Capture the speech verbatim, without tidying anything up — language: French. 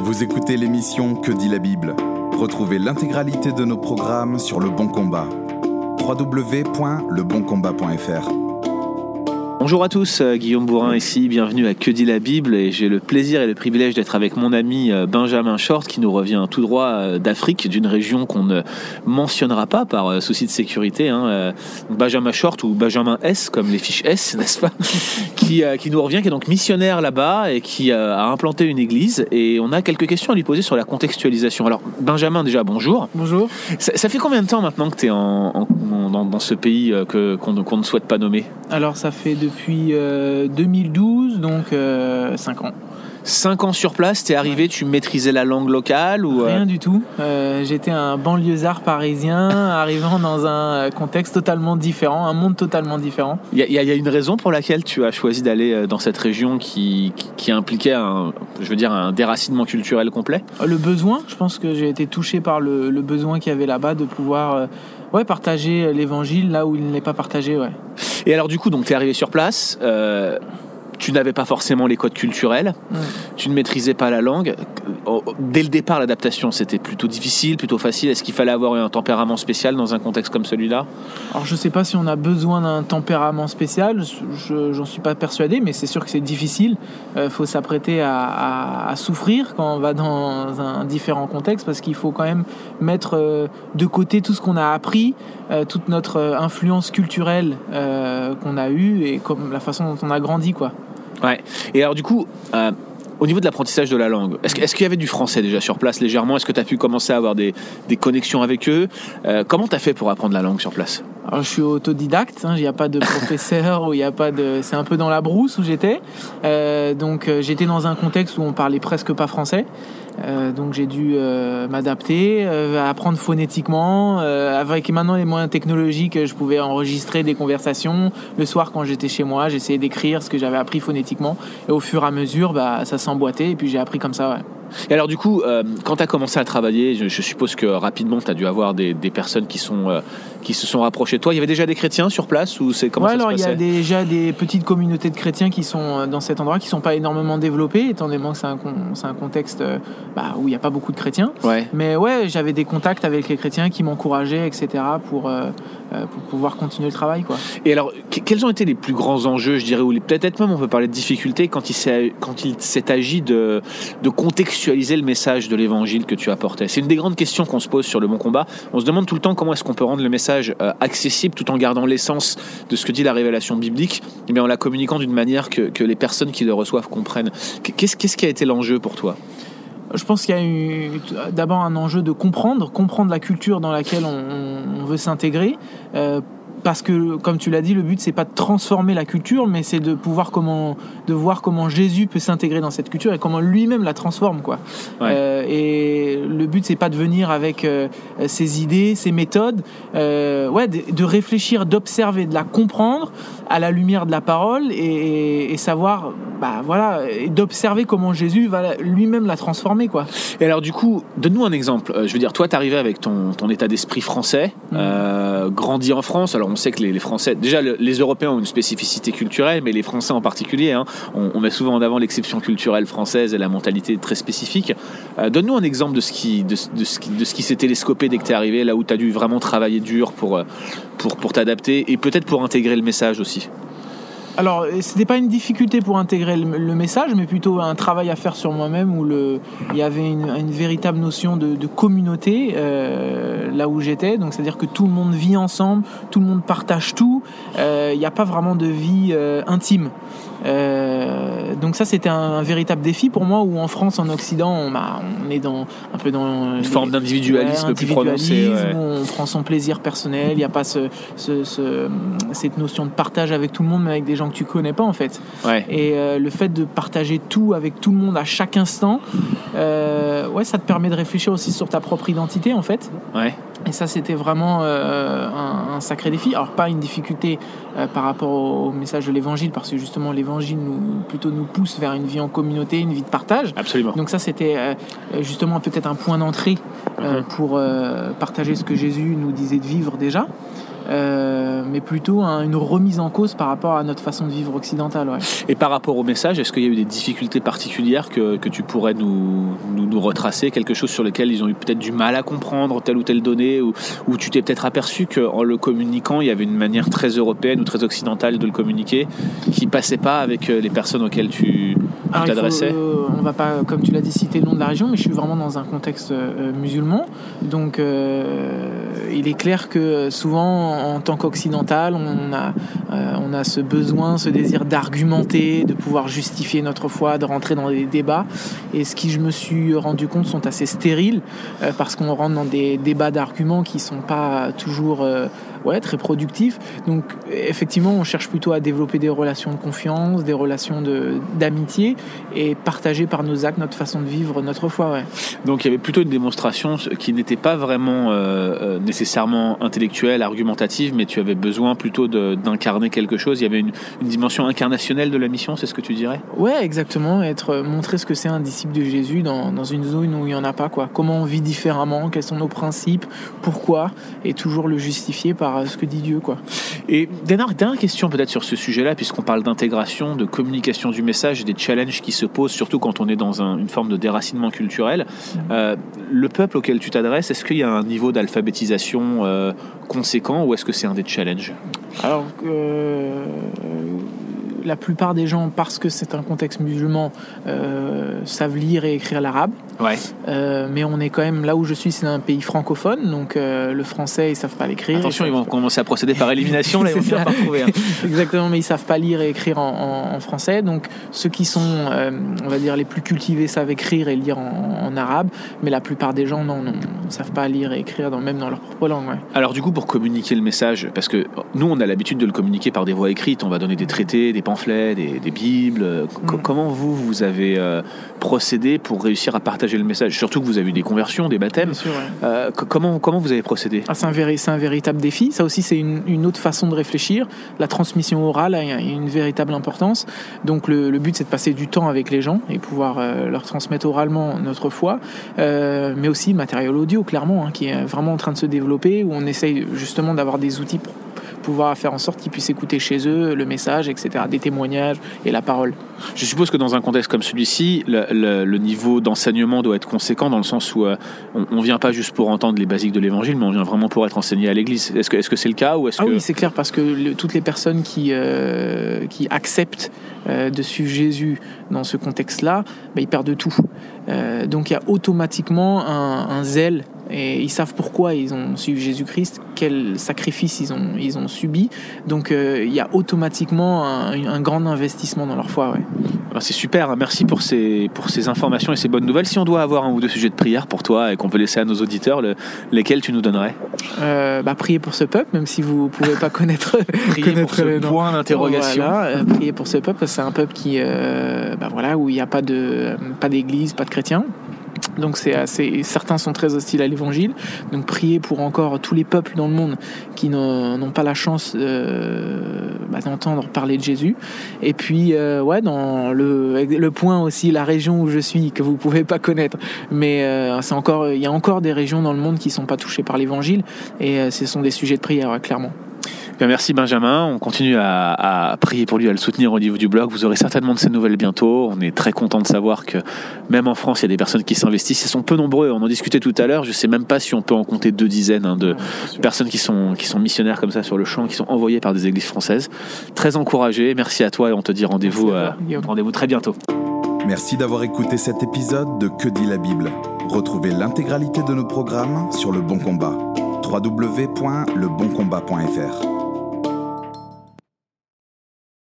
Vous écoutez l'émission Que dit la Bible ? Retrouvez l'intégralité de nos programmes sur Le Bon Combat. w w w point le bon combat point f r. Bonjour à tous, Guillaume Bourrin ici, bienvenue à Que dit la Bible, et j'ai le plaisir et le privilège d'être avec mon ami Benjamin Short qui nous revient tout droit d'Afrique, d'une région qu'on ne mentionnera pas par souci de sécurité, hein. Benjamin Short ou Benjamin S comme les fiches S, n'est-ce pas, qui, qui nous revient, qui est donc missionnaire là-bas et qui a implanté une église, et on a quelques questions à lui poser sur la contextualisation. Alors Benjamin, déjà bonjour. Bonjour. Ça, ça fait combien de temps maintenant que tu es en, en, dans, dans ce pays que, qu'on, qu'on ne souhaite pas nommer ? Alors ça fait depuis euh, deux mille douze, donc euh, cinq ans. cinq ans sur place, t'es arrivé, tu maîtrisais la langue locale ou Rien euh... du tout. Euh, j'étais un banlieusard parisien arrivant dans un contexte totalement différent, un monde totalement différent. Il y, y, y a une raison pour laquelle tu as choisi d'aller dans cette région qui, qui, qui impliquait un, je veux dire, un déracinement culturel complet ? Le besoin, je pense que j'ai été touché par le, le besoin qu'il y avait là-bas de pouvoir euh, ouais, partager l'évangile là où il n'est pas partagé. Ouais. Et alors du coup, donc t'es arrivé sur place, euh, tu n'avais pas forcément les codes culturels, mmh. tu ne maîtrisais pas la langue. Dès le départ, l'adaptation, c'était plutôt difficile, plutôt facile. Est-ce qu'il fallait avoir un tempérament spécial dans un contexte comme celui-là ? Alors je ne sais pas si on a besoin d'un tempérament spécial, je, j'en suis pas persuadé, mais c'est sûr que c'est difficile. Il euh, faut s'apprêter à, à, à souffrir quand on va dans un différent contexte, parce qu'il faut quand même mettre euh, de côté tout ce qu'on a appris, euh, toute notre euh, influence culturelle euh, qu'on a eue et comme la façon dont on a grandi, quoi. Ouais. Et alors du coup, euh, au niveau de l'apprentissage de la langue, est-ce, que, est-ce qu'il y avait du français déjà sur place légèrement ? Est-ce que tu as pu commencer à avoir des, des connexions avec eux ? euh, Comment tu as fait pour apprendre la langue sur place ? Alors, je suis autodidacte, il hein, n'y a pas de professeur, ou il y a pas de... c'est un peu dans la brousse où j'étais. Euh, donc euh, j'étais dans un contexte où on parlait presque pas français. Euh, donc j'ai dû euh, m'adapter, euh, apprendre phonétiquement. Euh, avec maintenant les moyens technologiques, je pouvais enregistrer des conversations. Le soir, quand j'étais chez moi, j'essayais d'écrire ce que j'avais appris phonétiquement. Et au fur et à mesure, bah, ça s'emboîtait. Et puis j'ai appris comme ça, ouais. Et alors du coup, euh, quand tu as commencé à travailler, je, je suppose que rapidement tu as dû avoir des, des personnes qui, sont, euh, qui se sont rapprochées de toi. Il y avait déjà des chrétiens sur place ou c'est comment ouais, ça alors, se passait ? Il y a déjà des petites communautés de chrétiens qui sont dans cet endroit, qui ne sont pas énormément développées, étant donné que c'est un, c'est un contexte bah, où il n'y a pas beaucoup de chrétiens. Ouais. Mais ouais, j'avais des contacts avec les chrétiens qui m'encourageaient, et cetera pour, euh, pour pouvoir continuer le travail, quoi. Et alors, quels ont été les plus grands enjeux, je dirais, ou les, peut-être même on peut parler de difficultés quand il s'est, quand il s'est agi de, de contextualiser le message de l'évangile que tu apportais. C'est une des grandes questions qu'on se pose sur Le Bon Combat. On se demande tout le temps comment est-ce qu'on peut rendre le message euh, accessible tout en gardant l'essence de ce que dit la révélation biblique, et bien en la communiquant d'une manière que, que les personnes qui le reçoivent comprennent. Qu'est-ce, qu'est-ce qui a été l'enjeu pour toi ? Je pense qu'il y a eu d'abord un enjeu de comprendre, comprendre la culture dans laquelle on, on veut s'intégrer. Euh, Parce que, comme tu l'as dit, le but c'est pas de transformer la culture, mais c'est de pouvoir comment, de voir comment Jésus peut s'intégrer dans cette culture et comment lui-même la transforme, quoi. Ouais. Euh, et le but c'est pas de venir avec euh, ses idées, ses méthodes, euh, ouais, de, de réfléchir, d'observer, de la comprendre à la lumière de la parole et, et savoir, bah voilà, et d'observer comment Jésus va lui-même la transformer, quoi. Et alors du coup, donne-nous un exemple. Euh, je veux dire, toi, t'arrivais avec ton ton état d'esprit français, mmh. euh, grandi en France. Alors on sait que les, les Français, déjà le, les Européens ont une spécificité culturelle, mais les Français en particulier, hein, on, on met souvent en avant l'exception culturelle française et la mentalité très spécifique. Euh, donne-nous un exemple de ce qui, de, de ce qui, de ce qui s'est télescopé dès que t'es arrivé, là où t'as dû vraiment travailler dur pour, pour, pour t'adapter et peut-être pour intégrer le message aussi. Alors, ce n'était pas une difficulté pour intégrer le, le message, mais plutôt un travail à faire sur moi-même où le, il y avait une, une véritable notion de, de communauté euh, là où j'étais. Donc, c'est-à-dire que tout le monde vit ensemble, tout le monde partage tout. Euh, il n'y a pas vraiment de vie euh, intime. Euh, donc ça c'était un, un véritable défi pour moi, où en France, en Occident, on, bah, on est dans un peu dans une les, forme d'individualisme ouais, plus prononcé, ouais. Où on prend son plaisir personnel, il n'y a pas ce, ce, ce, cette notion de partage avec tout le monde, mais avec des gens que tu connais pas en fait. Ouais. Et euh, le fait de partager tout avec tout le monde à chaque instant, euh, ouais, ça te permet de réfléchir aussi sur ta propre identité en fait. Ouais. Et ça, c'était vraiment euh, un, un sacré défi. Alors, pas une difficulté euh, par rapport au, au message de l'Évangile, parce que justement, l'Évangile nous, plutôt nous pousse vers une vie en communauté, une vie de partage. Absolument. Donc ça, c'était euh, justement peut-être un point d'entrée euh, mm-hmm. pour euh, partager ce que Jésus nous disait de vivre déjà. euh, mais plutôt un, une remise en cause par rapport à notre façon de vivre occidentale. Ouais. Et par rapport au message, est-ce qu'il y a eu des difficultés particulières que, que tu pourrais nous, nous, nous retracer, quelque chose sur lequel ils ont eu peut-être du mal à comprendre telle ou telle donnée, ou, ou tu t'es peut-être aperçu qu'en le communiquant, il y avait une manière très européenne ou très occidentale de le communiquer qui passait pas avec les personnes auxquelles tu, tu Alors, t'adressais? faut, euh, on va pas, comme tu l'as dit, citer le nom de la région, mais je suis vraiment dans un contexte euh, musulman. Donc, euh, il est clair que souvent, en tant qu'occidental, on a, euh, on a ce besoin, ce désir d'argumenter, de pouvoir justifier notre foi, de rentrer dans des débats. Et ce qui, je me suis rendu compte, sont assez stériles, euh, parce qu'on rentre dans des débats d'arguments qui sont pas toujours euh, ouais, très productifs. Donc, effectivement, on cherche plutôt à développer des relations de confiance, des relations de, d'amitié, et partager par nos actes notre façon de vivre notre foi. Ouais. Donc il y avait plutôt une démonstration qui n'était pas vraiment euh, nécessairement intellectuelle, argumentative, mais tu avais besoin plutôt de, d'incarner quelque chose. Il y avait une, une dimension incarnationnelle de la mission, c'est ce que tu dirais? Ouais, exactement. Être, montrer ce que c'est un disciple de Jésus dans, dans une zone où il n'y en a pas, quoi. Comment on vit différemment, quels sont nos principes, pourquoi, et toujours le justifier par ce que dit Dieu, quoi. Et dernière, dernière question peut-être sur ce sujet-là, puisqu'on parle d'intégration, de communication du message, des challenges qui se posent, surtout quand on est dans un, une forme de déracinement culturel. Euh, le peuple auquel tu t'adresses, est-ce qu'il y a un niveau d'alphabétisation euh, conséquent, ou est-ce que c'est un des challenges? Alors, euh, la plupart des gens, parce que c'est un contexte musulman, euh, savent lire et écrire l'arabe. Ouais. Euh, mais on est quand même, là où je suis, c'est un pays francophone, donc euh, le français, ils savent pas l'écrire. Attention, ils, ils vont pas... commencer à procéder par élimination, là, ils vont finir par trouver. Hein. Exactement, mais ils savent pas lire et écrire en, en, en français. Donc ceux qui sont, euh, on va dire, les plus cultivés savent écrire et lire en, en arabe, mais la plupart des gens, non, non, ne savent pas lire et écrire, dans, même dans leur propre langue. Ouais. Alors du coup, pour communiquer le message, parce que nous, on a l'habitude de le communiquer par des voies écrites, on va donner des traités, des pamphlets, des, des bibles. C- mm. Comment vous, vous avez euh, procédé pour réussir à partager le message? Surtout que vous avez eu des conversions, des baptêmes. Bien sûr, ouais. euh, comment, comment vous avez procédé? Ah, c'est, un véri- c'est un véritable défi. Ça aussi, c'est une, une autre façon de réfléchir. La transmission orale a une véritable importance. Donc le, le but, c'est de passer du temps avec les gens et pouvoir euh, leur transmettre oralement notre foi. Euh, mais aussi le matériel audio, clairement, hein, qui est vraiment en train de se développer, où on essaye justement d'avoir des outils pour pouvoir faire en sorte qu'ils puissent écouter chez eux le message, et cetera, des témoignages et la parole. Je suppose que dans un contexte comme celui-ci, le, le, le niveau d'enseignement doit être conséquent, dans le sens où euh, on ne vient pas juste pour entendre les basiques de l'évangile, mais on vient vraiment pour être enseigné à l'église. Est-ce que, est-ce que c'est le cas, ou est-ce ah que... oui, c'est clair, parce que le, toutes les personnes qui, euh, qui acceptent euh, de suivre Jésus dans ce contexte-là, bah, ils perdent tout. Euh, donc il y a automatiquement un, un zèle, et ils savent pourquoi ils ont suivi Jésus-Christ, quel sacrifice ils ont, ils ont subi. Donc euh, il y a automatiquement un, un grand investissement dans leur foi. Ouais. Alors c'est super, hein. Merci pour ces, pour ces informations et ces bonnes nouvelles. Si on doit avoir un ou deux sujets de prière pour toi et qu'on peut laisser à nos auditeurs, le, lesquels tu nous donnerais? euh, bah, Prier pour ce peuple, même si vous ne pouvez pas connaître, prier connaître pour ce le nom. point d'interrogation. Voilà, euh, prier pour ce peuple, c'est un peuple qui, euh, bah, voilà, où il n'y a pas, de, pas d'église, pas de chrétiens. Donc c'est assez, certains sont très hostiles à l'évangile. Donc prier pour encore tous les peuples dans le monde qui n'ont, n'ont pas la chance euh, bah, d'entendre parler de Jésus. Et puis euh, ouais, dans le, le point aussi, la région où je suis, que vous pouvez pas connaître, mais euh, c'est encore, il y a encore des régions dans le monde qui sont pas touchées par l'évangile, et euh, ce sont des sujets de prière, ouais, clairement. Bien, merci Benjamin, on continue à, à prier pour lui, à le soutenir au niveau du blog. Vous aurez certainement de ces nouvelles bientôt. On est très content de savoir que même en France, il y a des personnes qui s'investissent. Ils sont peu nombreux, on en discutait tout à l'heure. Je ne sais même pas si on peut en compter deux dizaines hein, de ouais, personnes qui sont, qui sont missionnaires comme ça sur le champ, qui sont envoyées par des églises françaises. Très encouragés, merci à toi, et on te dit rendez-vous, euh, rendez-vous très bientôt. Merci d'avoir écouté cet épisode de Que dit la Bible. Retrouvez l'intégralité de nos programmes sur Le Bon Combat. w w w point le bon combat point f r